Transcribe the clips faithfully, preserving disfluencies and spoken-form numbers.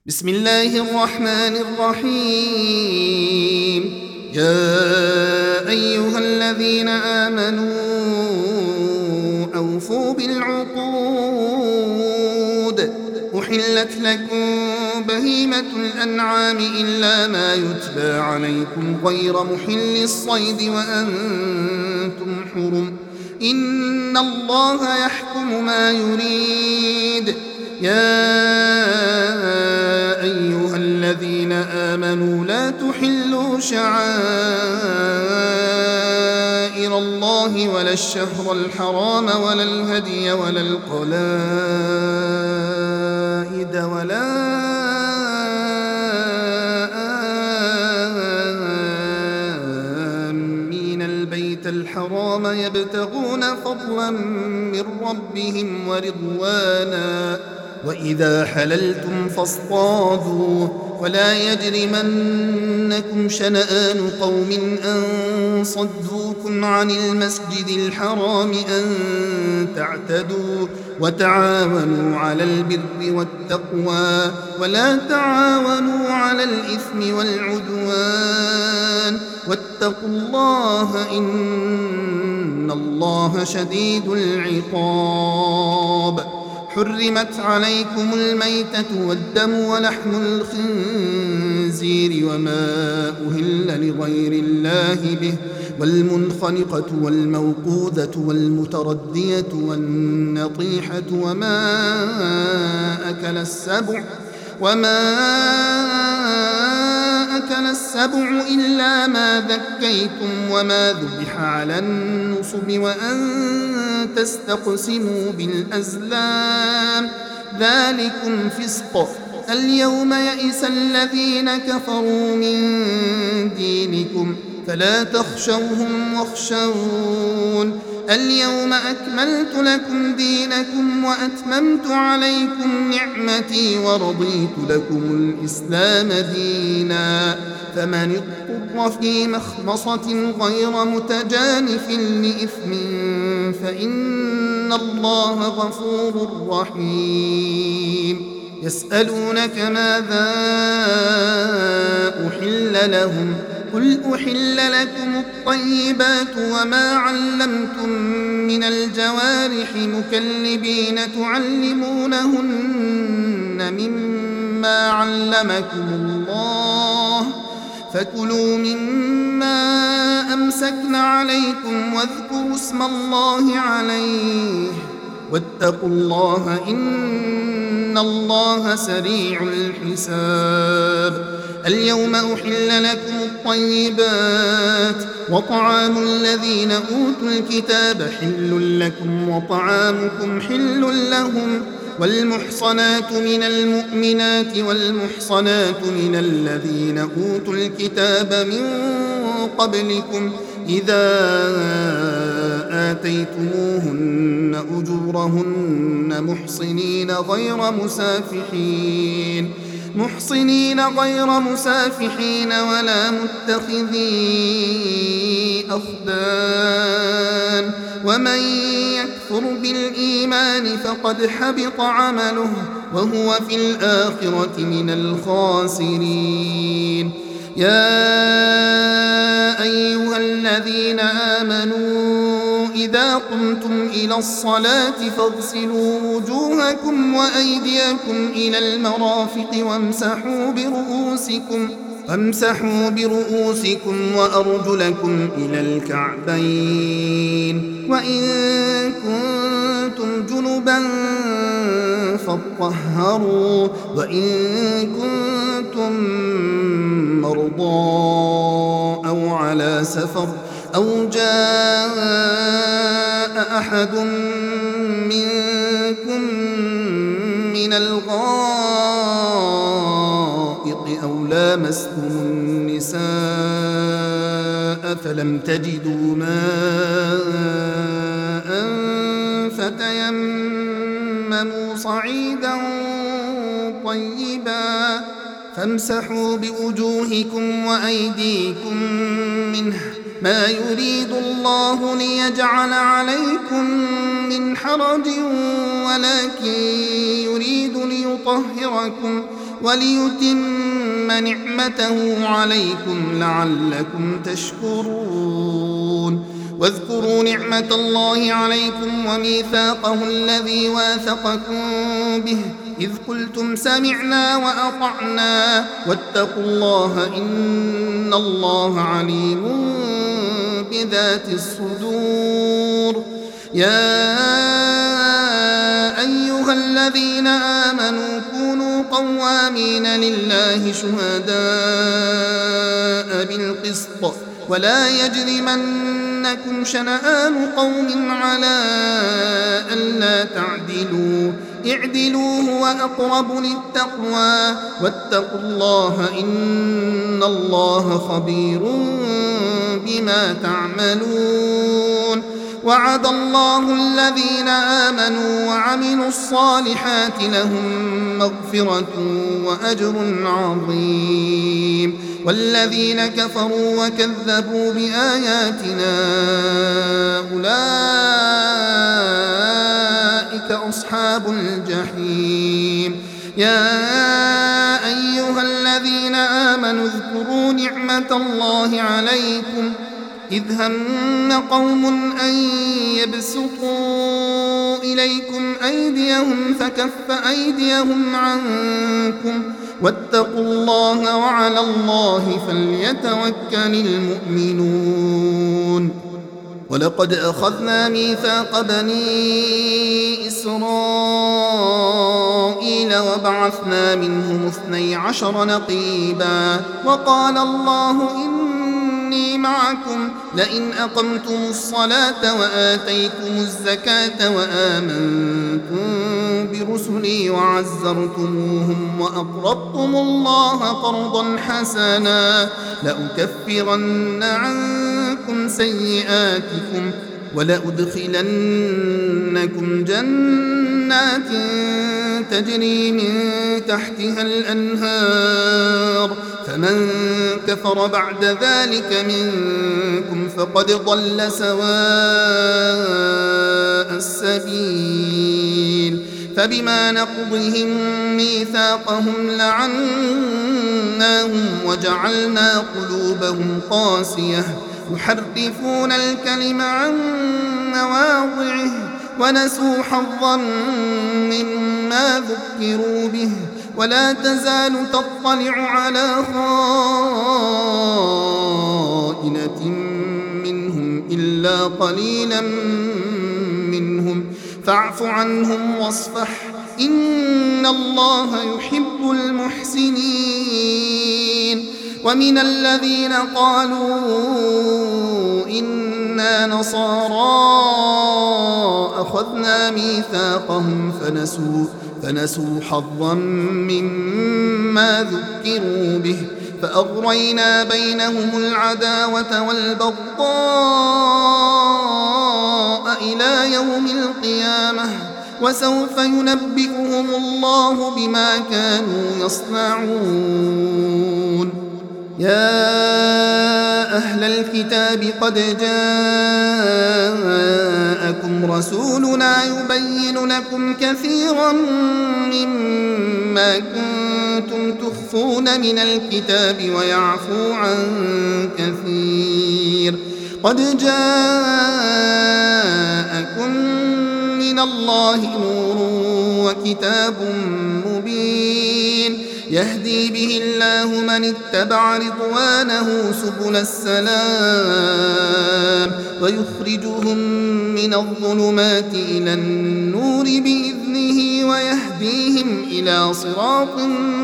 بسم الله الرحمن الرحيم. يا أيها الذين آمنوا أوفوا بالعقود. أحلت لكم بهيمة الأنعام إلا ما يتلى عليكم غير محل الصيد وأنتم حرم. إن الله يحكم ما يريد. يا أيها الذين آمنوا لا تحلوا شعائر الله ولا الشهر الحرام ولا الهدي ولا القلائد ولا آمين البيت الحرام يبتغون فضلا من ربهم ورضوانا. وإذا حللتم فاصطادوا ولا يجرمنكم شنآن قوم أن صدوكم عن المسجد الحرام أن تعتدوا. وتعاونوا على البر والتقوى ولا تعاونوا على الإثم والعدوان واتقوا الله إن الله شديد العقاب. حرمت عليكم الميتة والدم ولحم الخنزير وما أهل لغير الله به والمنخنقة والموقوذة والمتردية والنطيحة وما أكل السبع وما أكل السبع إلا ما ذكيتم وما ذبح على النصب وأن تستقسموا بالأزلام ذلكم فسق. اليوم يئس الذين كفروا من دينكم فلا تخشوهم واخشون. اليوم أكملت لكم دينكم وأتممت عليكم نعمتي ورضيت لكم الإسلام دينا. فمن اضطر في مخمصة غير متجانف لإثم فإن الله غفور رحيم. يسألونك ماذا أحل لهم قل أحل لكم الطيبات وما علمتم من الجوارح مكلبين تعلمونهن مما علمكم الله فكلوا مما أمسكن عليكم واذكروا اسم الله عليه واتقوا الله إن الله سريع الحساب. اليوم أحل لكم الطيبات وطعام الذين أوتوا الكتاب حل لكم وطعامكم حل لهم والمحصنات من المؤمنات والمحصنات من الذين أوتوا الكتاب من قبلكم إذا آتيتموهن أجورهن محصنين غير مسافحين محصنين غير مسافحين ولا متخذي أخدان. ومن يكفر بالإيمان فقد حبط عمله وهو في الآخرة من الخاسرين. يا أيها الذين آمنوا إذا قمتم إلى الصلاة فاغسلوا وجوهكم وأيديكم إلى المرافق وامسحوا برؤوسكم وامسحوا برؤوسكم وأرجلكم إلى الكعبين وإن كنتم جنبا فاطهروا وإن كنتم مرضى أو على سفر أو جاء أحد منكم من الغائط أو لامستم النساء فلم تجدوا ماء فتيمموا صعيدا طيبا فامسحوا بوجوهكم وأيديكم منه ما يريد الله ليجعل عليكم من حرج ولكن يريد ليطهركم وليتم نعمته عليكم لعلكم تشكرون. واذكروا نعمة الله عليكم وميثاقه الذي واثقكم به إذ قلتم سمعنا وأطعنا واتقوا الله إن الله عليم بذات الصدور. يا أيها الذين آمنوا كونوا قوامين لله شهداء بالقسط ولا يجرمنكم شنآن قوم على ألا تعدلوا اعدلوا هو أقرب للتقوى واتقوا الله إن الله خبير بما تعملون. وعد الله الذين آمنوا وعملوا الصالحات لهم مغفرة وأجر عظيم. والذين كفروا وكذبوا بآياتنا أولئك أصحاب الجحيم. يا أيها الذين آمنوا اذكروا نعمة الله عليكم إذ هم قوم أن يبسطوا إليكم أيديهم فكف أيديهم عنكم واتقوا الله وعلى الله فليتوكل المؤمنون. ولقد أخذنا ميثاق بني إسرائيل وبعثنا منهم اثني عشر نقيبا وقال الله إني معكم لئن أقمتم الصلاة وآتيتم الزكاة وآمنتم برسلي وعزرتموهم وأقرضتم الله قرضا حسنا لأكفرن عنكم سيئاتكم ولأدخلنكم جنات تجري من تحتها الأنهار فمن كفر بعد ذلك منكم فقد ضل سواء السبيل. فبما نقضهم ميثاقهم لعناهم وجعلنا قلوبهم قاسية يحرفون الكلم عن مواضعه ونسوا حظا مما ذكروا به ولا تزال تطلع على خائنة منهم إلا قليلا منهم فاعف عنهم واصفح إن الله يحب المحسنين. ومن الذين قالوا إنا نصارى أخذنا ميثاقهم فنسوا, فنسوا حظا مما ذكروا به فأغرينا بينهم العداوة والبغضاء إلى يوم القيامة وسوف ينبئهم الله بما كانوا يصنعون. يا أهل الكتاب قد جاءكم رسولنا يبين لكم كثيرا مما كنتم تخفون من الكتاب ويعفو عن كثير. قد جاءكم من الله نور وكتاب مبين يهدي به الله من اتبع رضوانه سبل السلام ويخرجهم من الظلمات إلى النور بإذنه ويهديهم إلى صراط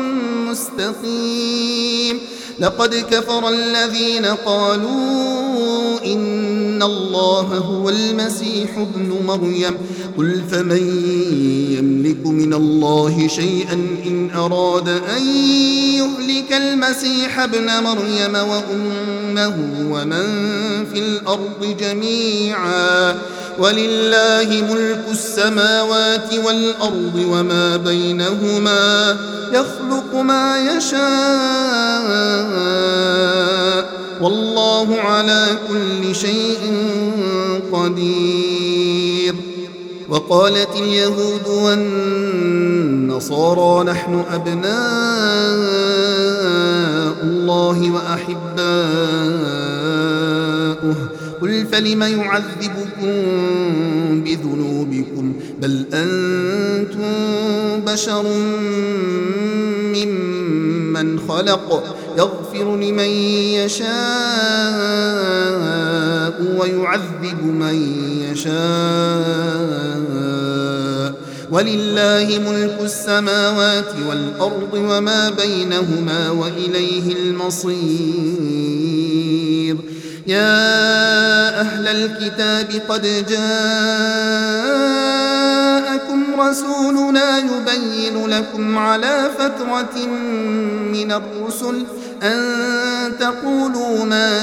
مستقيم. لقد كفر الذين قالوا إن الله هو المسيح ابن مريم قل فمن يملك من الله شيئا إن أراد أن يهلك المسيح ابن مريم وأمه ومن في الأرض جميعا ولله ملك السماوات والأرض وما بينهما يخلق ما يشاء والله على كل شيء قدير. وقالت اليهود والنصارى نحن أبناء الله وأحباؤه قل فلم يعذبكم بذنوبكم بل أنتم بشر ممن خلق يغفر لمن يشاء ويعذب من يشاء ولله ملك السماوات والأرض وما بينهما وإليه المصير. يا أهل الكتاب قد جاءكم رسولنا يبين لكم على فترة من الرسل أن تقولوا ما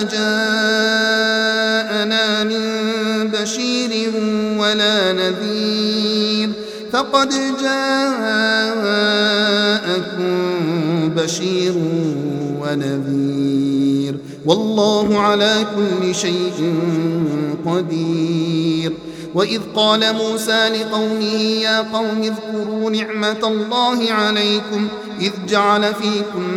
جاءنا من بشير ولا نذير فقد جاءكم بشير ونذير والله على كل شيء قدير. وإذ قال موسى لقومه يا قوم اذكروا نعمة الله عليكم إذ جعل فيكم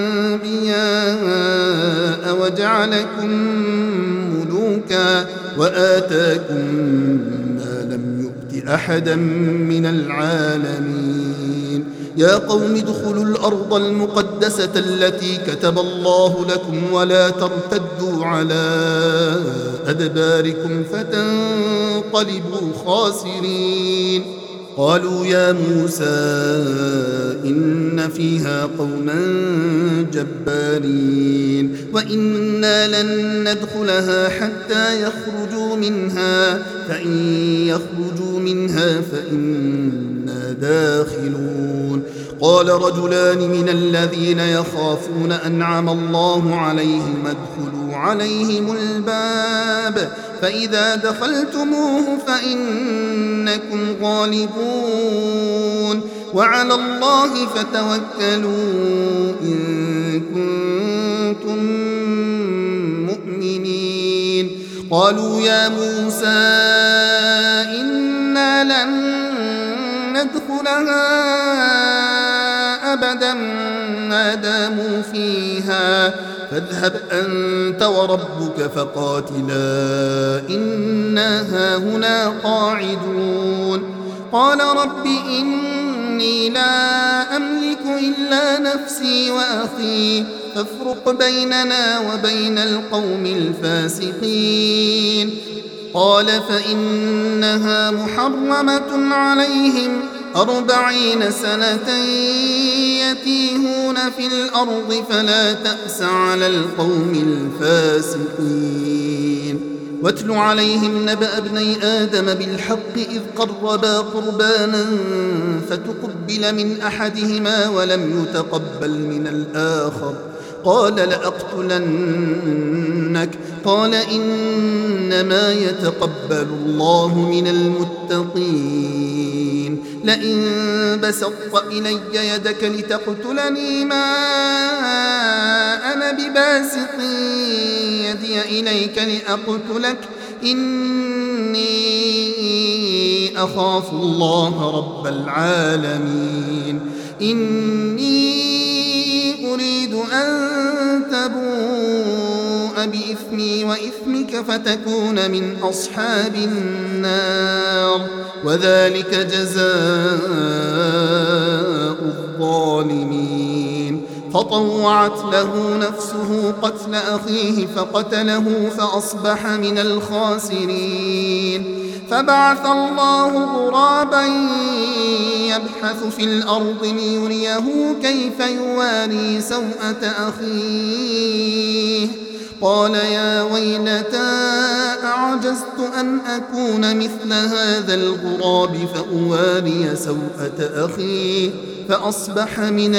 أنبياء وجعلكم ملوكا وآتاكم ما لم يؤت أحدا من العالمين. يا قوم ادخلوا الأرض المقدسة التي كتب الله لكم ولا ترتدوا على أدباركم فتنقلبوا خاسرين. قالوا يا موسى إن فيها قوما جبارين وإنا لن ندخلها حتى يخرجوا منها فإن يخرجوا منها فإنا داخلون. قال رجلان من الذين يخافون أنعم الله عليهم ادخلوا عليهم الباب فإذا دخلتموه فإنكم غالبون وعلى الله فتوكلوا إن كنتم مؤمنين. قالوا يا موسى إنا لن ندخلها أبدا ما داموا فيها فاذهب أنت وربك فقاتلا إنا هاهنا قاعدون. قال رب إني لا أملك إلا نفسي وأخي فافرق بيننا وبين القوم الفاسقين. قال فإنها محرمة عليهم أربعين سنة يتيهون في الأرض فلا تأس على القوم الفاسقين. واتل عليهم نبأ ابني آدم بالحق إذ قربا قربانا فتقبل من أحدهما ولم يتقبل من الآخر قال لأقتلنك قال إنما يتقبل الله من المتقين. لئن بسطت إلي يدك لتقتلني ما أنا بباسط يدي إليك لأقتلك إني أخاف الله رب العالمين. إني أريد أن تبوء بإثمي وإثمك فتكون من أصحاب النار وذلك جزاء الظالمين. فطوعت له نفسه قتل أخيه فقتله فأصبح من الخاسرين. فبعث الله غرابا يبحث في الأرض ليريه كيف يواري سوءة أخيه قال يا ويلتى أعجزت أن أكون مثل هذا الغراب فأواري سوءة أخي فأصبح من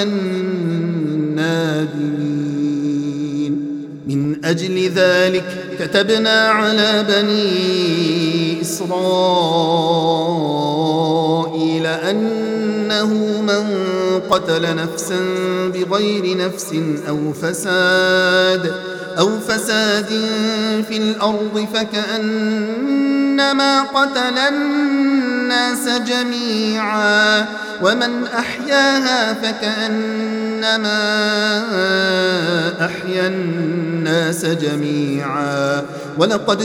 النادمين. من أجل ذلك كتبنا على بني إسرائيل أنه من قتل نفسا بغير نفس أو فساد أو فساد في الأرض فكأنما قتل الناس الناس جميعا ومن أحياها فكأنما أحيا الناس جميعا ولقد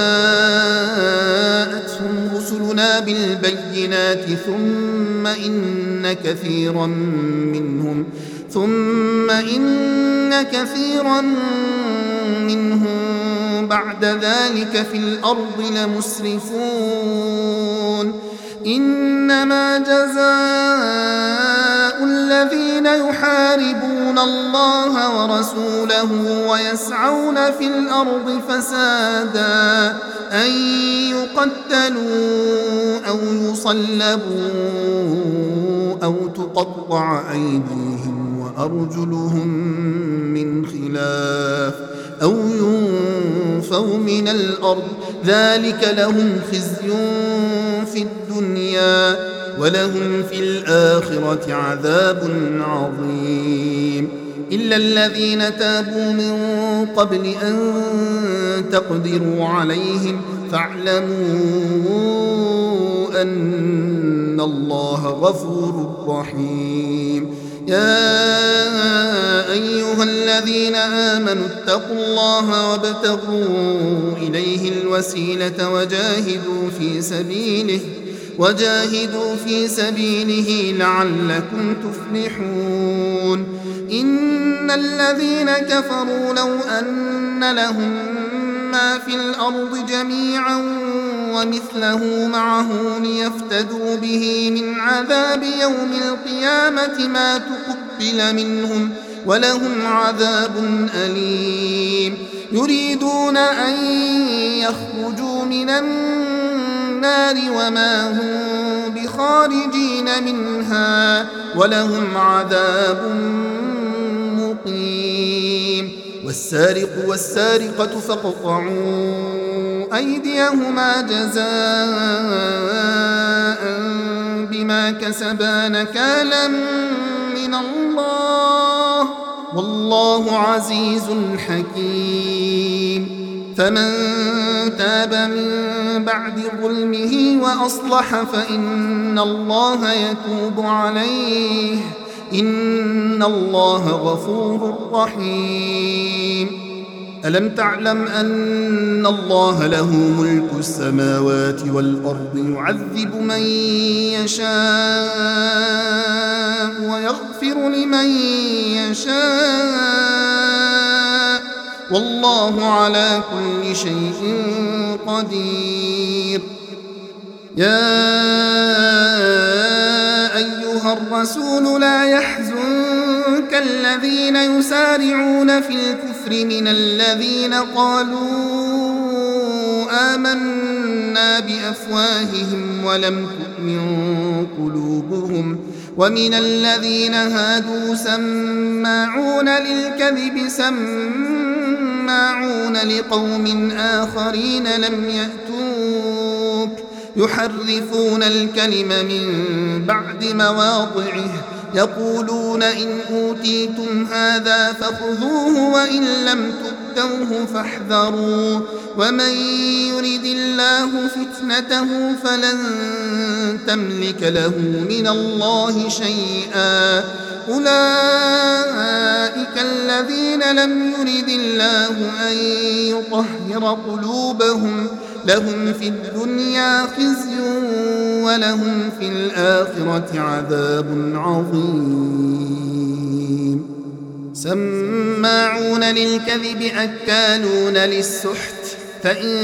جاءتهم رسلنا بالبينات ثم إن كثيرا منهم ثم إن كثيرا منهم بعد ذلك في الأرض لمسرفون إنما جزاء الذين يحاربون الله ورسوله ويسعون في الأرض فسادا أن يقتلوا أو يصلبوا أو تقطع أيديهم وأرجلهم من خلاف أو ينفوا من الأرض ذلك لهم خزي في الدنيا ولهم في الآخرة عذاب عظيم إلا الذين تابوا من قبل أن تقدروا عليهم فاعلموا أن الله غفور رحيم يا أيها الذين آمنوا اتقوا الله وابتغوا إليه الوسيلة وجاهدوا في سبيله وجاهدوا في سبيله لعلكم تفلحون إن الذين كفروا لو أن لهم ما في الأرض جميعا ومثله معه ليفتدوا به من عذاب يوم القيامة ما تقبل منهم ولهم عذاب أليم يريدون أن يخرجوا من النار وما هم بخارجين منها ولهم عذاب مقيم والسارق والسارقة فاقطعوا أيديهما جزاء بما كسبا نكالا من الله والله عزيز حكيم فمن تاب من بعد ظلمه وأصلح فإن الله يتوب عليه إن الله غفور رحيم ألم تعلم أن الله له ملك السماوات والأرض يعذب من يشاء ويغفر لمن يشاء والله على كل شيء قدير يا أيها الرسول لا يحزنك الذين يسارعون في الكفر من الذين قالوا آمنا بأفواههم ولم تؤمن قلوبهم ومن الذين هادوا سماعون للكذب سماعون لقوم آخرين لم يأتوك يحرفون الكلم من بعد مواضعه يقولون إن أوتيتم هذا فخذوه وإن لم تؤتوه فاحذروا ومن يرد الله فتنته فلن تملك له من الله شيئا أولئك الذين لم يرد الله أن يطهر قلوبهم لهم في الدنيا خزي ولهم في الآخرة عذاب عظيم سماعون للكذب أكالون للسحت فإن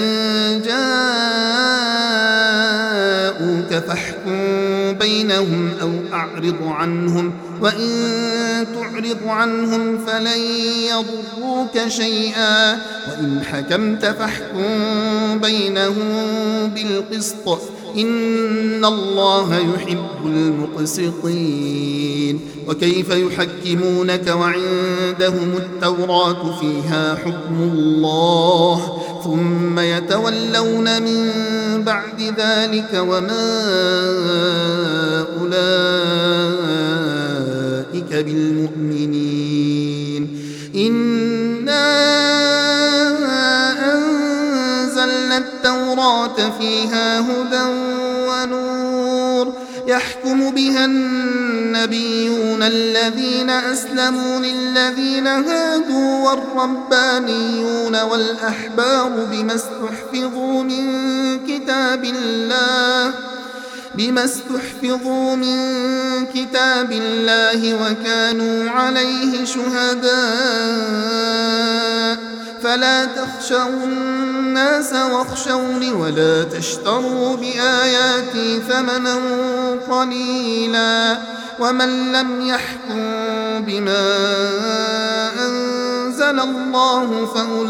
جاءوك فاحكم بينهم أو أعرض عنهم وإن تعرض عنهم فلن يضروك شيئا وإن حكمت فاحكم بينهم بالقسط إن الله يحب المقسطين وكيف يحكمونك وعندهم التوراة فيها حكم الله ثم يتولون من بعد ذلك وما أولئك بالمؤمنين إنا أنزلنا التوراة فيها هدى ونور يحكم بها النبيون الذين أسلموا للذين هادوا والربانيون والأحبار بما استحفظوا من كتاب الله بما استحفظوا من كتاب الله وكانوا عليه شهداء فلا تخشوا الناس واخشوني ولا تشتروا بآياتي ثمنا قليلا ومن لم يحكم بما أنزل الله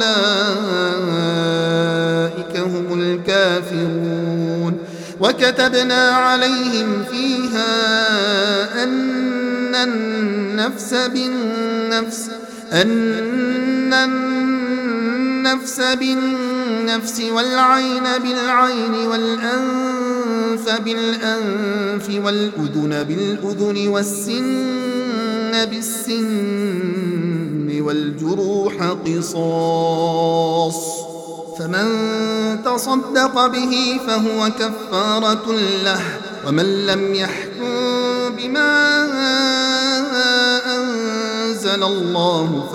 فأولئك هم الكافرون وكتبنا عليهم فيها أن النفس بالنفس أن النفس بالنفس والعين بالعين والأنف بالأنف والأذن بالأذن والسن بالسن والجروح قصاص فمن تصدق به فهو كفارة له ومن لم يحكم بما أنزل الله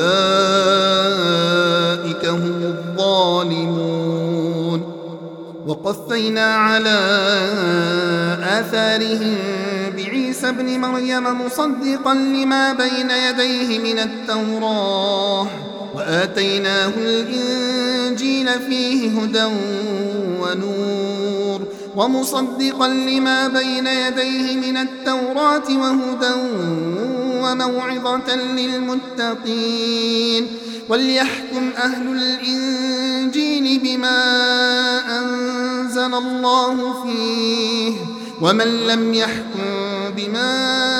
فأولئك هم الظالمون وقفينا على آثارهم بعيسى ابن مريم مصدقا لما بين يديه من التوراة وآتيناه الإنجيل فيه هدى ونور ومصدقا لما بين يديه من التوراة وهدى وموعظة للمتقين وليحكم أهل الإنجيل بما أنزل الله فيه ومن لم يحكم بما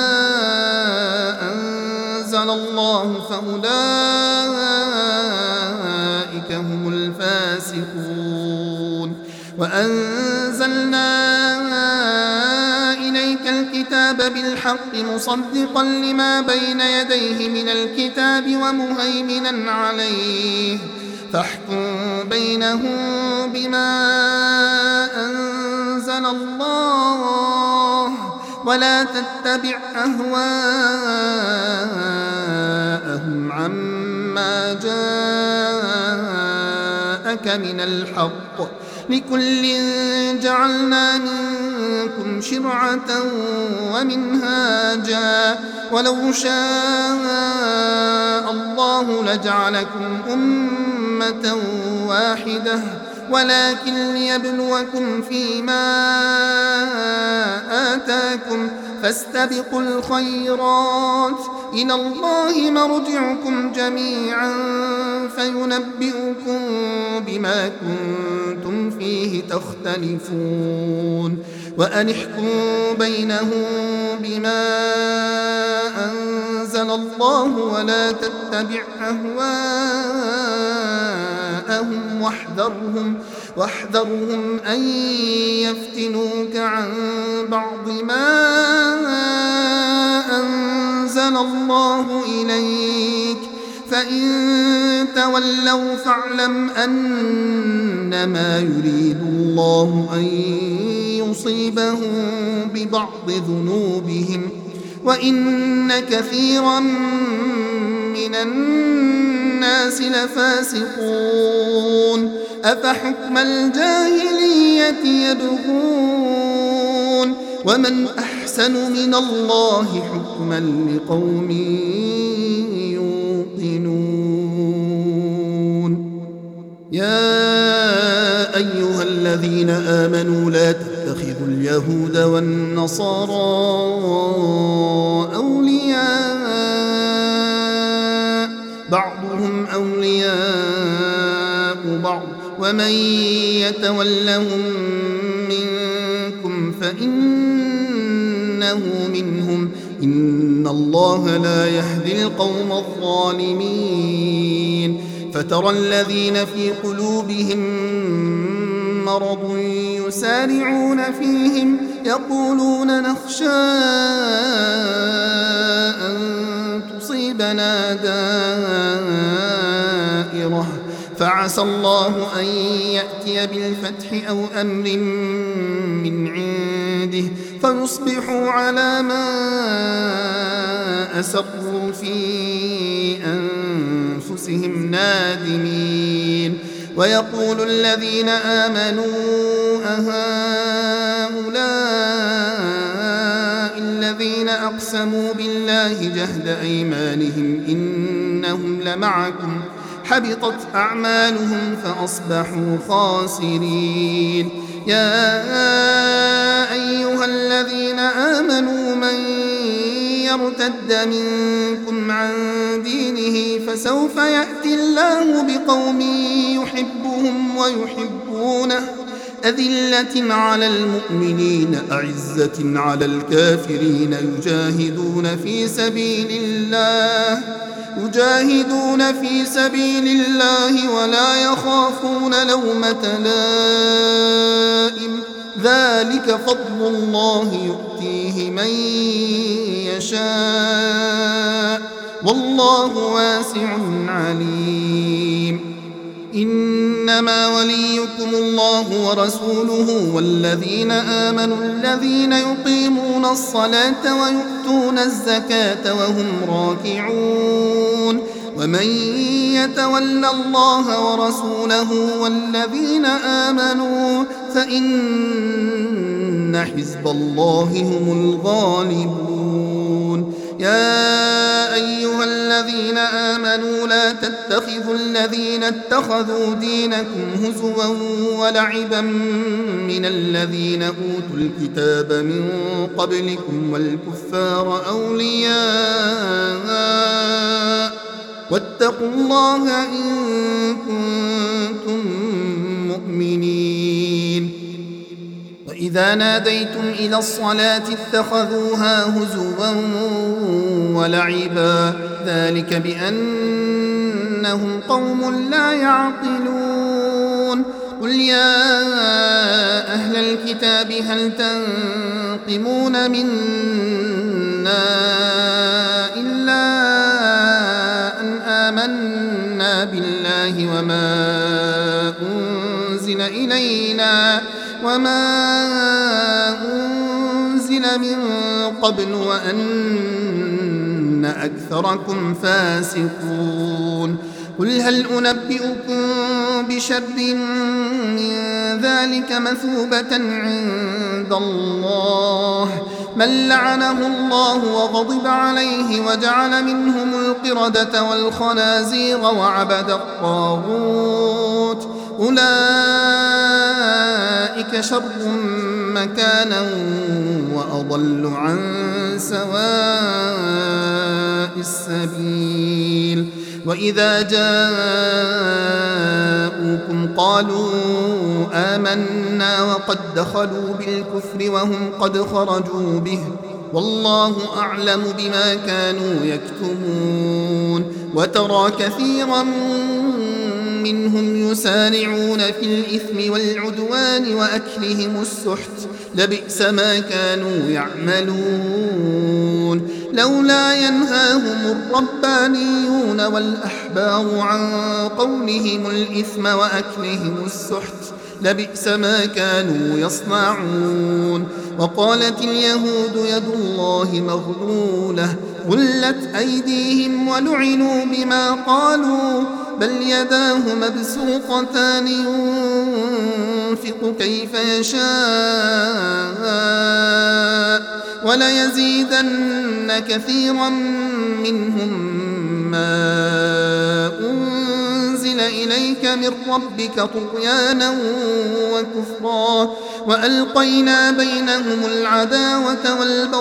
أنزل الله فأولئك هم الفاسقون وأنزلنا إليك الكتاب بالحق مصدقا لما بين يديه من الكتاب ومهيمنا عليه فاحكم بينهم بما أنزل الله ولا تتبع أهواءهم عما جاءك من الحق لكل جعلنا منكم شرعة ومنهاجا ولو شاء الله لجعلكم أمة واحدة ولكن ليبلوكم فيما آتاكم فاستبقوا الخيرات إلى الله مرجعكم جميعا فينبئكم بما كنتم فيه تختلفون وأن احكم بينهم بما أنزل الله ولا تتبع أهواءهم واحذرهم واحذرهم أن يفتنوك عن بعض ما أنزل الله إليك فإن تولوا فاعلم أنما يريد الله أن يصيبهم ببعض ذنوبهم وإن كثيرا من الناس لفاسقون أفحكم الجاهلية يبغون ومن أحسن من الله حكما لقوم يوقنون يا أيها الذين آمنوا لا تتخذوا اليهود والنصارى أولياء بعضهم أولياء بعض ومن يتولهم منكم فإنه منهم إن الله لا يهدي القوم الظالمين فترى الذين في قلوبهم مرض يسارعون فيهم يقولون نخشى أن تصيبنا دائرة فعسى الله أن يأتي بالفتح أو أمر من عنده فيصبحوا على ما أسروا في أنفسهم نادمين. ويقول الذين آمنوا أهؤلاء الذين أقسموا بالله جهد أيمانهم إنهم لمعكم حبطت أعمالهم فأصبحوا خاسرين. يا أيها الذين آمنوا من يرتد منكم عن دينه فسوف يأتي الله بقوم يحبهم ويحبونه أذلة على المؤمنين أعزة على الكافرين يجاهدون في سبيل الله يجاهدون في سبيل الله ولا يخافون لومة لائم ذلك فضل الله يؤتيه من يشاء والله واسع عليم. إنما وليكم الله ورسوله والذين آمنوا الذين يقيمون الصلاة ويؤتون الزكاة وهم راكعون ومن يتول الله ورسوله والذين آمنوا فإن حزب الله هم الغالبون. يا أيها الذين آمنوا لا تتخذوا الذين اتخذوا دينكم هزوا ولعبا من الذين أوتوا الكتاب من قبلكم والكفار أولياء واتقوا الله إن كنتم مؤمنين. وإذا ناديتم إلى الصلاة اتخذوها هزوا ولعبا ذلك بأنهم قوم لا يعقلون. قل يا أهل الكتاب هل تنقمون منا إلا أن آمنا بالله وما أنزل إلينا وما أنزل من قبل وأن أكثركم فاسقون. قل هل أنبئكم بشر من ذلك مثوبة عند الله من لعنه الله وغضب عليه وجعل منهم القردة والخنازير وعبد الطاغوت أولئك شر مكانا وأضل عن سواء السبيل. وإذا جاءوكم قالوا آمنا وقد دخلوا بالكفر وهم قد خرجوا به والله أعلم بما كانوا يكتمون. وترى كثيرا منهم يسارعون في الإثم والعدوان وأكلهم السحت لبئس ما كانوا يعملون. لولا ينهاهم الربانيون والأحبار عن قولهم الإثم وأكلهم السحت لبئس ما كانوا يصنعون. وقالت اليهود يد الله مغلولة غلت أيديهم ولعنوا بما قالوا بل يداه مبسوطتان ينفق كيف يشاء وليزيدن كثيرا منهم ما أنزل إليك من ربك طغيانا وكفرا وألقينا بينهم العداوة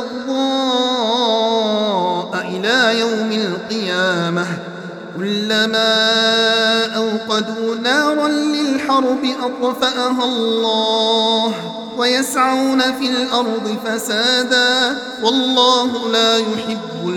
والبغضاء إلى يوم القيامة كلما أوقدوا نارا للحرب أطفأها الله ويسعون في الأرض فسادا والله لا يحب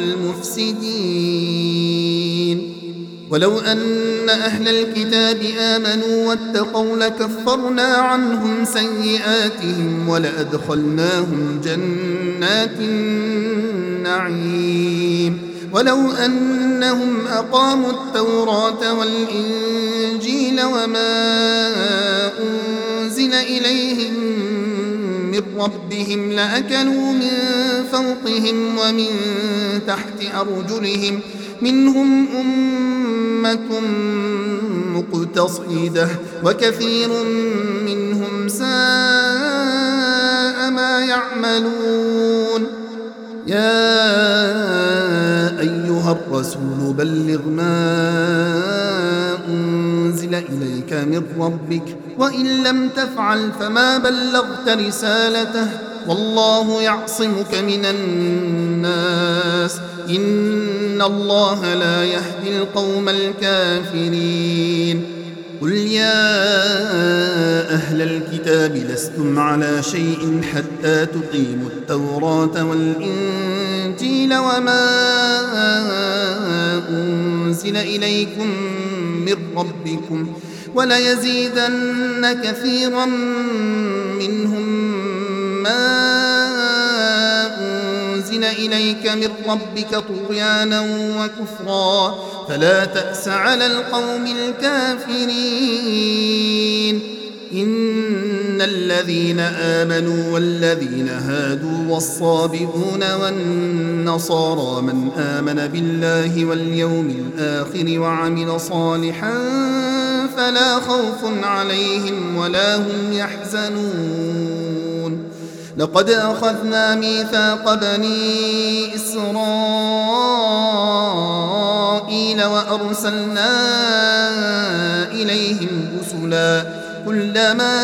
المفسدين. ولو أن أهل الكتاب آمنوا واتقوا لكفرنا عنهم سيئاتهم ولأدخلناهم جنات النعيم. ولو أنهم أقاموا التوراة والإنجيل وما أنزل إليهم من ربهم لأكلوا من فوقهم ومن تحت أرجلهم منهم أمة مقتصدة وكثير منهم ساء ما يعملون. يا أيها الرسول بلغ ما أنزل إليك من ربك وإن لم تفعل فما بلغت رسالته والله يعصمك من الناس إن الله لا يهدي القوم الكافرين. قل يا أهل الكتاب لستم على شيء حتى تقيموا التوراة والإنجيل وما أنزل إليكم من ربكم وليزيدن كثيرا منهم ما أنزل إليك من ربك طغيانا وكفرا فلا تأس على القوم الكافرين. إن الذين آمنوا والذين هادوا والصابئون والنصارى من آمن بالله واليوم الآخر وعمل صالحا فلا خوف عليهم ولا هم يحزنون. لقد أخذنا ميثاق بني إسرائيل وأرسلنا إليهم رسلا كلما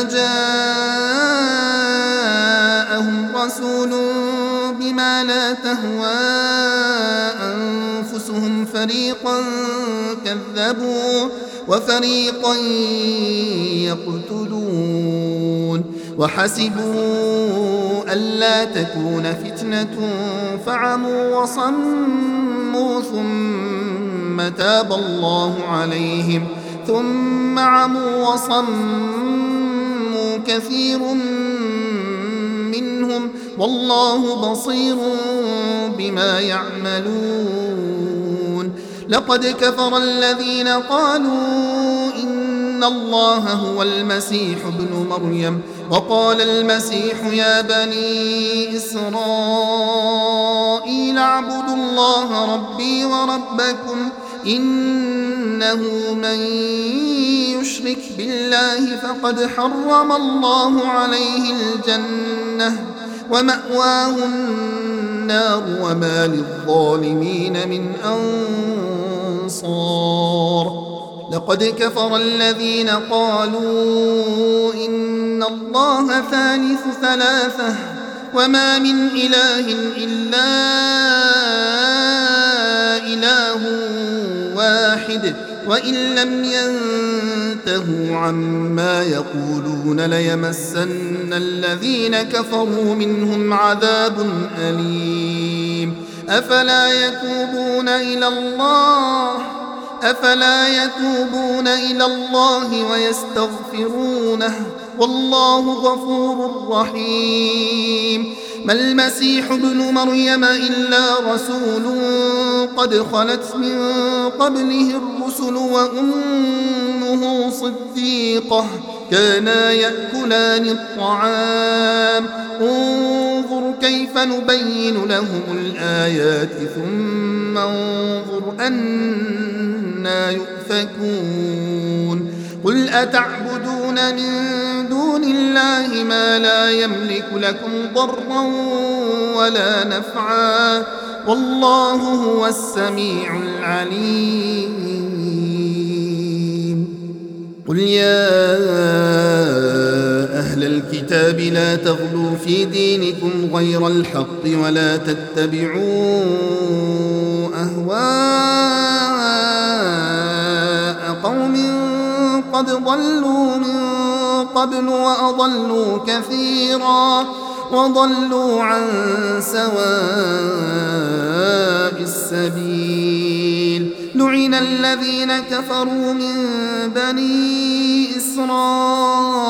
جاءهم رسول بما لا تهوى أنفسهم فريقا كذبوا وفريقا يقتلون وحسبوا ألا تكون فتنة فعموا وصموا ثم تاب الله عليهم ثم عموا وصموا كثير منهم والله بصير بما يعملون. لقد كفر الذين قالوا إن الله هو المسيح ابن مريم وقال المسيح يا بني إسرائيل اعبدوا الله ربي وربكم إنه من يشرك بالله فقد حرم الله عليه الجنة ومأواه النار وما للظالمين من أنصار. لقد كفر الذين قالوا إن الله ثالث ثلاثة وما من إله إلا إله واحد وإن لم ينتهوا عما يقولون ليمسن الذين كفروا منهم عذاب أليم. أفلا يتوبون إلى الله أفلا يتوبون إلى الله ويستغفرونه والله غفور رحيم. ما المسيح ابن مريم إلا رسول قد خلت من قبله الرسل وأمه صديقة كانا يأكلان الطعام انظر كيف نبين لهم الآيات ثم انظر أنا يؤفكون. قل أتعبدون من دون الله ما لا يملك لكم ضرا ولا نفعا والله هو السميع العليم. قل يا أهل الكتاب لا تغلوا في دينكم غير الحق ولا تتبعوا أهواء قوم قد ضلوا من قبل وأضلوا كثيرا وضلوا عن سواء السبيل. لعن الذين كفروا من بني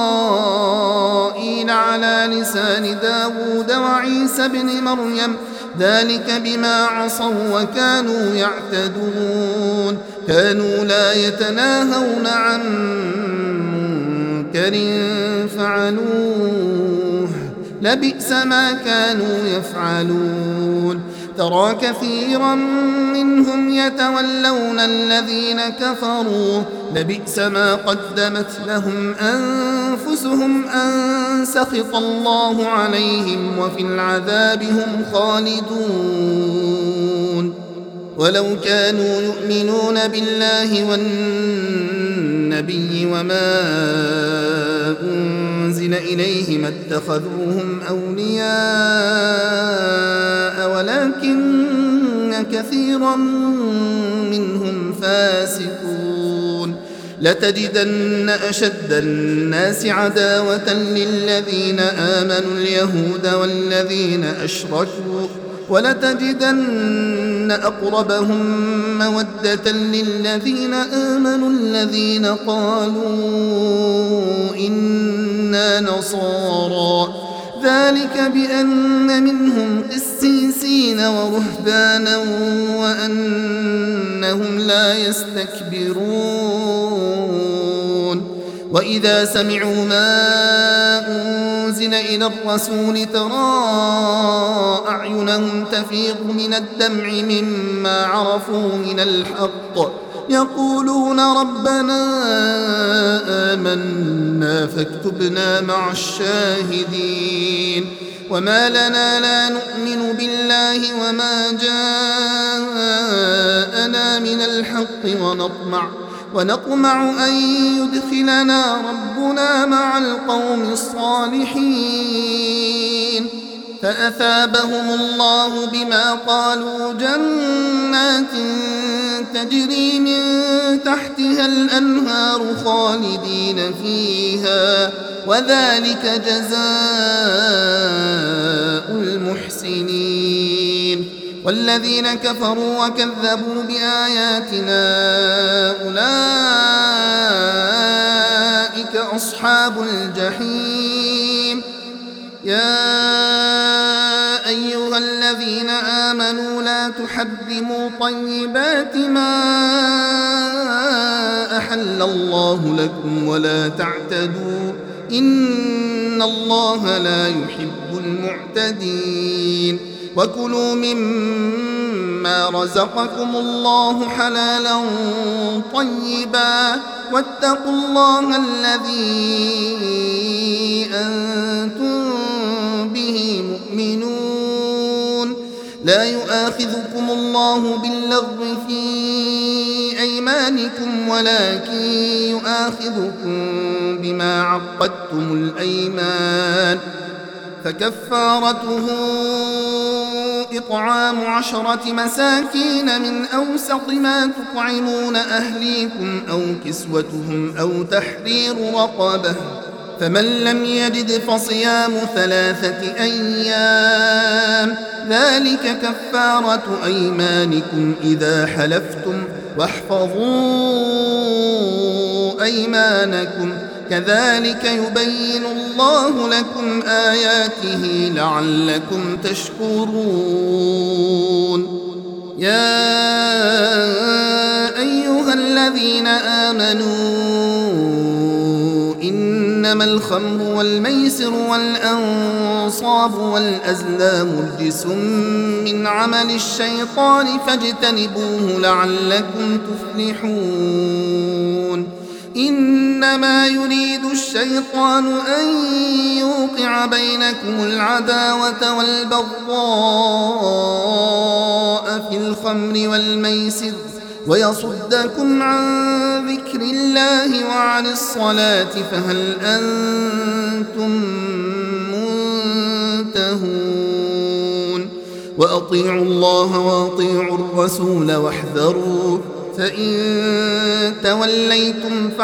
إسرائيل على لسان داود وعيسى بن مريم ذلك بما عصوا وكانوا يعتدون كانوا لا يتناهون عن منكر فعلوه لبئس ما كانوا يفعلون ترى كثيرا منهم يتولون الذين كفروا لبئس ما قدمت لهم أنفسهم أن سخط الله عليهم وفي العذاب هم خالدون ولو كانوا يؤمنون بالله والنبي وما أنزل إليه ما اتخذوهم أولياء ولكن كثيرا منهم فاسقون لتجدن أشد الناس عداوة للذين آمنوا اليهود والذين أشركوا ولتجدن أقربهم مودة للذين آمنوا الذين قالوا إنا نصارى ذلك بأن منهم قسيسين ورهبانا وأنهم لا يستكبرون وإذا سمعوا ما أنزل إلى الرسول ترى أعينهم تفيض من الدمع مما عرفوا من الحق يقولون ربنا آمنا فاكتبنا مع الشاهدين وما لنا لا نؤمن بالله وما جاءنا من الحق ونطمع ونطمع أن يدخلنا ربنا مع القوم الصالحين فأثابهم الله بما قالوا جنات تجري من تحتها الأنهار خالدين فيها وذلك جزاء المحسنين والذين كفروا وكذبوا بآياتنا أولئك أصحاب الجحيم يا أيها الذين آمنوا لا تحرموا طيبات ما أحل الله لكم ولا تعتدوا إن الله لا يحب المعتدين وكلوا مما رزقكم الله حلالا طيبا واتقوا الله الذي أنتم به مؤمنون لا يؤاخذكم الله باللغو في أيمانكم ولكن يؤاخذكم بما عقدتم الأيمان فكفارته إطعام عشرة مساكين من أوسط ما تطعمون أهليكم أو كسوتهم أو تحرير رقبة فمن لم يجد فصيام ثلاثة أيام ذلك كفارة أيمانكم إذا حلفتم واحفظوا أيمانكم كذلك يبين الله لكم آياته لعلكم تشكرون يا أيها الذين آمنوا إنما الخمر والميسر والأنصاب والأزلام رجس من عمل الشيطان فاجتنبوه لعلكم تفلحون إنما يريد الشيطان أن يوقع بينكم العداوة والبغضاء في الخمر والميسر ويصدكم عن ذكر الله وعن الصلاة فهل أنتم منتهون وأطيعوا الله وأطيعوا الرسول واحذروا فإن توليتم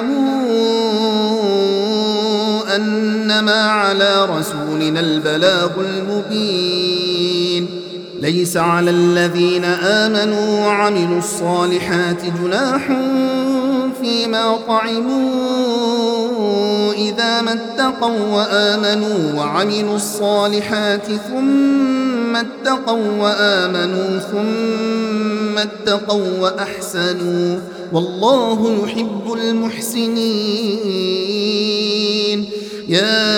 فاعلموا أنما على رسولنا البلاغ المبين ليس على الذين آمنوا وعملوا الصالحات جناح فيما طعموا إذا ما اتقوا وآمنوا وعملوا الصالحات ثم ثم اتقوا وآمنوا ثم اتقوا وأحسنوا والله يحب المحسنين. يا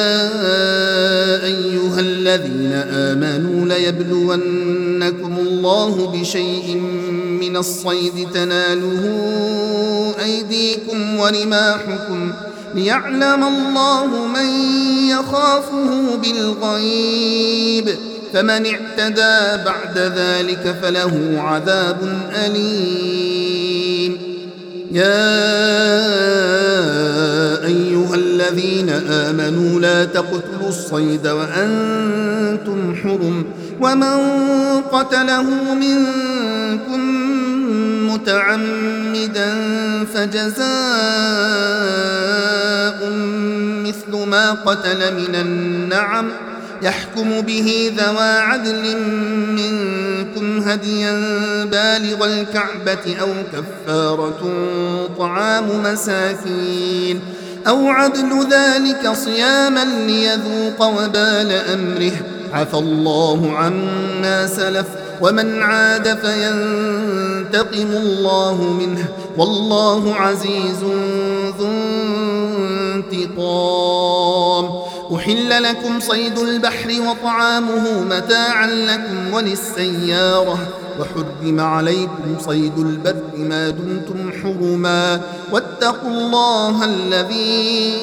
أيها الذين آمنوا ليبلونكم الله بشيء من الصيد تناله أيديكم ورماحكم ليعلم الله من يخافه بالغيب فمن اعتدى بعد ذلك فله عذاب أليم. يا أيها الذين آمنوا لا تقتلوا الصيد وأنتم حرم ومن قتله منكم متعمدا فجزاء مثل ما قتل من النعم يحكم به ذوى عدل منكم هديا بالغ الكعبة أو كفارة طعام مساكين أو عدل ذلك صياما ليذوق وبال أمره عفى الله عما سلف ومن عاد فينتقم الله منه والله عزيز ذو انتقام. أحل لكم صيد البحر وطعامه متاعا لكم وللسيارة وحرم عليكم صيد البر ما دمتم حرما واتقوا الله الذي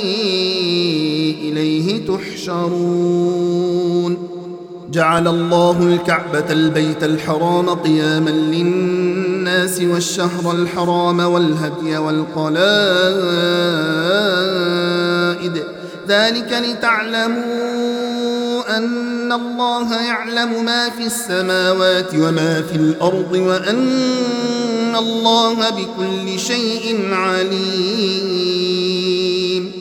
إليه تحشرون. جعل الله الكعبة البيت الحرام قياما للناس والشهر الحرام والهدي والقلائد ذلك لتعلموا أن الله يعلم ما في السماوات وما في الأرض وأن الله بكل شيء عليم.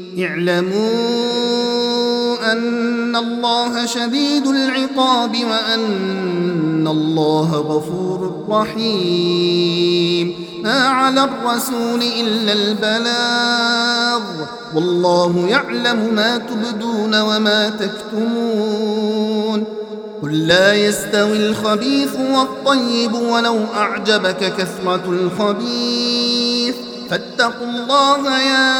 اعلموا أن الله شديد العقاب وأن الله غفور رحيم. ما على الرسول إلا البلاغ والله يعلم ما تبدون وما تكتمون. قل لا يستوي الخبيث والطيب ولو أعجبك كثرة الخبيث فاتقوا الله يا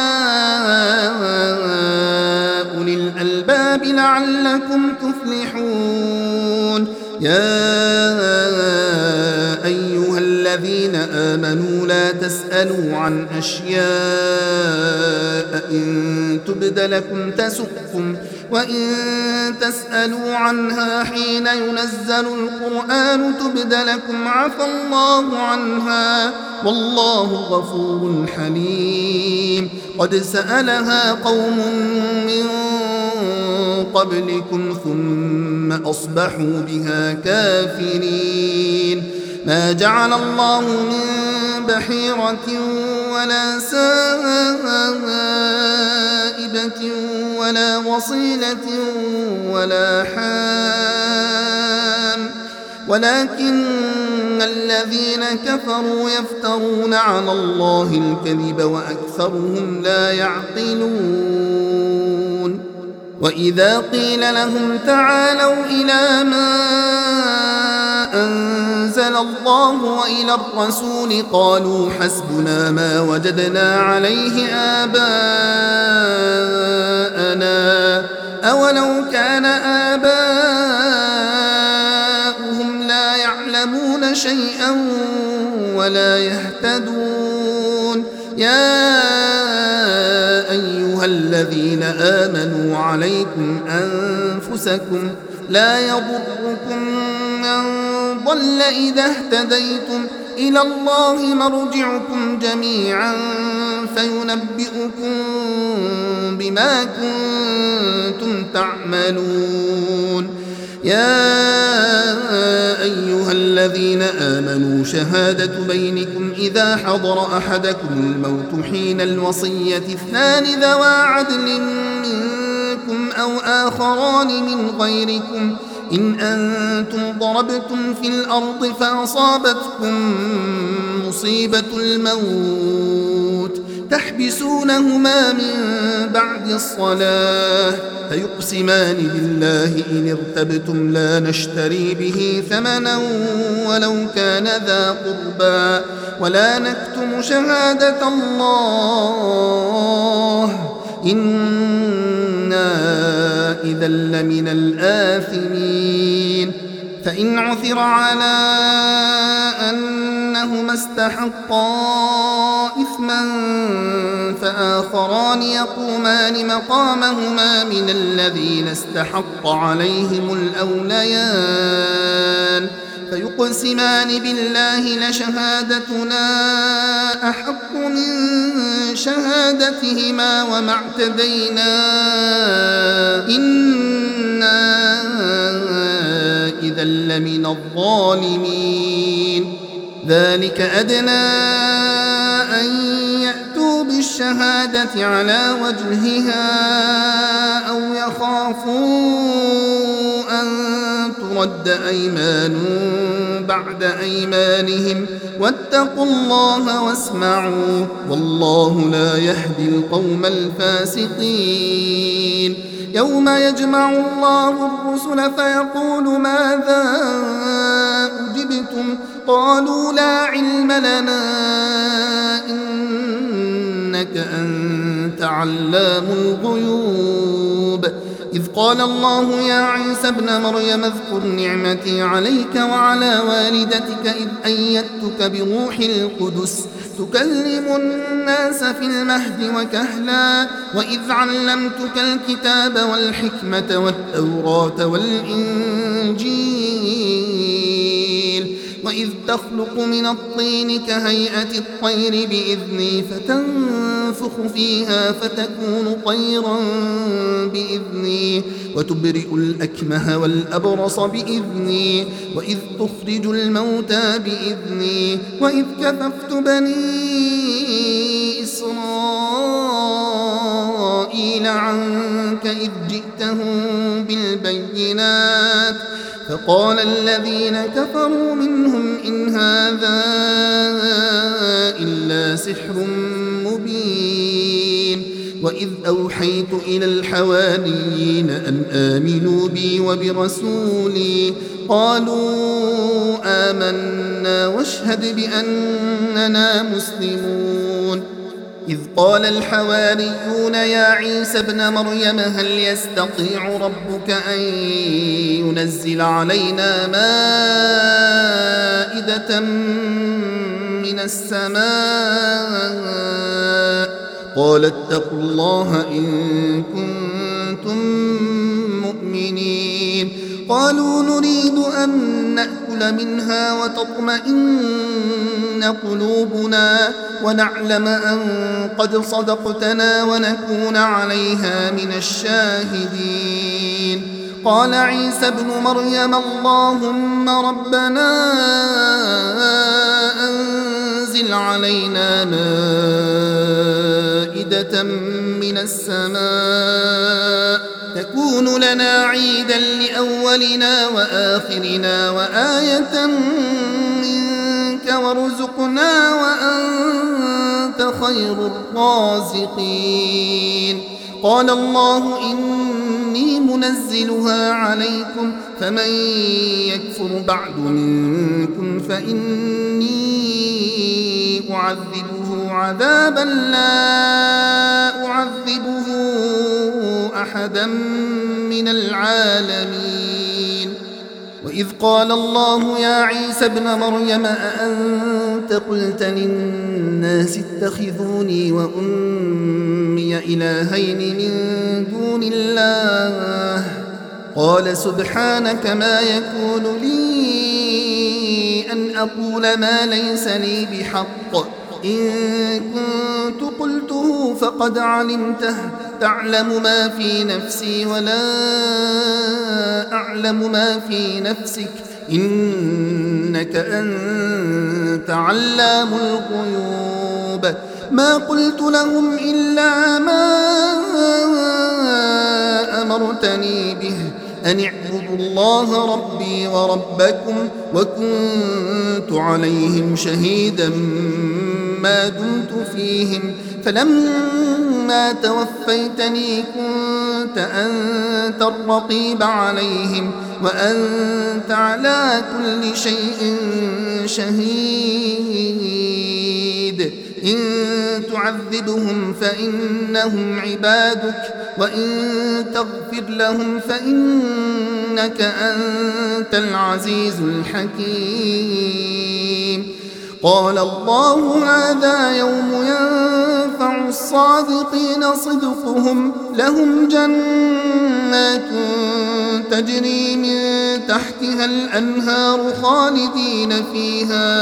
أولي الألباب لعلكم تفلحون. يا أيها الذين آمنوا لا تسألوا عن أشياء إن تبد لكم تسؤكم وإن تسألوا عنها حين ينزل القرآن تبد لكم عفى الله عنها والله غفور حليم. قد سألها قوم من قبلكم ثم أصبحوا بها كافرين. ما جعل الله من بحيرة ولا سائبة ولا وصيلة ولا حام ولكن الذين كفروا يفترون على الله الكذب وأكثرهم لا يعقلون. وإذا قيل لهم تعالوا إلى ما أنزل الله وإلى الرسول قالوا حسبنا ما وجدنا عليه آباءنا أولو كان آباؤهم لا يعلمون شيئا ولا يهتدون. يا أيها الذين آمنوا عليكم أنفسكم لا يضركم من ضل إذا اهتديتم إلى الله مرجعكم جميعا فينبئكم بما كنتم تعملون. يا أيها الذين آمنوا شهادة بينكم إذا حضر أحدكم الموت حين الوصية اثنان ذوى عدل منكم أو آخران من غيركم إن أنتم ضربتم في الأرض فأصابتكم مصيبة الموت تحبسونهما من بعد الصلاة فيقسمان بالله إن ارتبتم لا نشتري به ثمنا ولو كان ذا قربى ولا نكتم شهادة الله إنا إذا لمن الآثمين فإن عثر على أنهما استحقا إثما فآخران يقومان مقامهما من الذين استحق عليهم الأوليان فيقسمان بالله لشهادتنا أحق من شهادتهما وما اعتدينا إنا إذا لمن الظالمين ذلك أدنى أن يأتوا بالشهادة على وجهها أو يخافوا أن ترد أيمان بعد أيمانهم واتقوا الله واسمعوا والله لا يهدي القوم الفاسقين يوم يجمع الله الرسل فيقول ماذا أجبتم قالوا لا علم لنا إنك أنت علام الغيوب إذ قال الله يا عيسى ابن مريم اذكر نعمتي عليك وعلى والدتك إذ أيدتك بروح القدس تكلم الناس في المهد وكهلا وإذ علمتك الكتاب والحكمة والتوراة والإنجيل وإذ تخلق من الطين كهيئة الطير بإذني فتنفخ فيها فتكون طيرا بإذني وتبرئ الأكمه والأبرص بإذني وإذ تخرج الموتى بإذني وإذ كففت بني إسرائيل عنك إذ جئتهم بالبينات فقال الذين كفروا منهم إن هذا إلا سحر مبين وإذ أوحيت إلى الحواريين أن آمنوا بي وبرسولي قالوا آمنا واشهد بأننا مسلمون إذ قال الحواريون يا عيسى ابن مريم هل يستطيع ربك أن ينزل علينا مائدة من السماء قال اتقوا الله إن كنتم مؤمنين قالوا نريد أن نأكل منها وتطمئن قلوبنا ونعلم أن قد صدقتنا ونكون عليها من الشاهدين قال عيسى ابن مريم اللهم ربنا أنزل علينا مائدة من السماء تكون لنا عيدا لأولنا وآخرنا وآية منك وارزقنا وأنت خير الرازقين قال الله إني منزلها عليكم فمن يكفر بعد منكم فإني أعذبه عذابا لا أعذبه أحدا من العالمين وإذ قال الله يا عيسى ابن مريم أأنت قلت للناس اتخذوني وأمي إلهين من دون الله قال سبحانك ما يكون لي أن أقول ما ليس لي بحق إن كنت قلته فقد علمته تعلم ما في نفسي ولا أعلم ما في نفسك إنك أنت علام الغيوب ما قلت لهم إلا ما أمرتني به أن اعبدوا الله ربي وربكم وكنت عليهم شهيدا ما دمت فيهم فلما توفيتني كنت أنت الرقيب عليهم وأنت على كل شيء شهيد إن تعذبهم فإنهم عبادك وإن تغفر لهم فإنك أنت العزيز الحكيم قال الله هذا يوم ينفع الصادقين صدقهم لهم جنات تجري من تحتها الأنهار خالدين فيها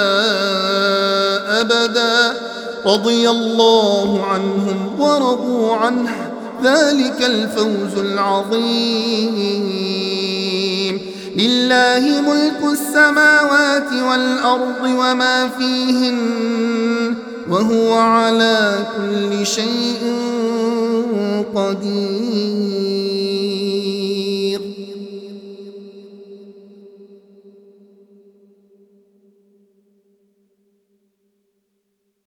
أبدا رضي الله عنهم ورضوا عنه ذلك الفوز العظيم لله ملك السماوات والأرض وما فيهن وهو على كل شيء قدير.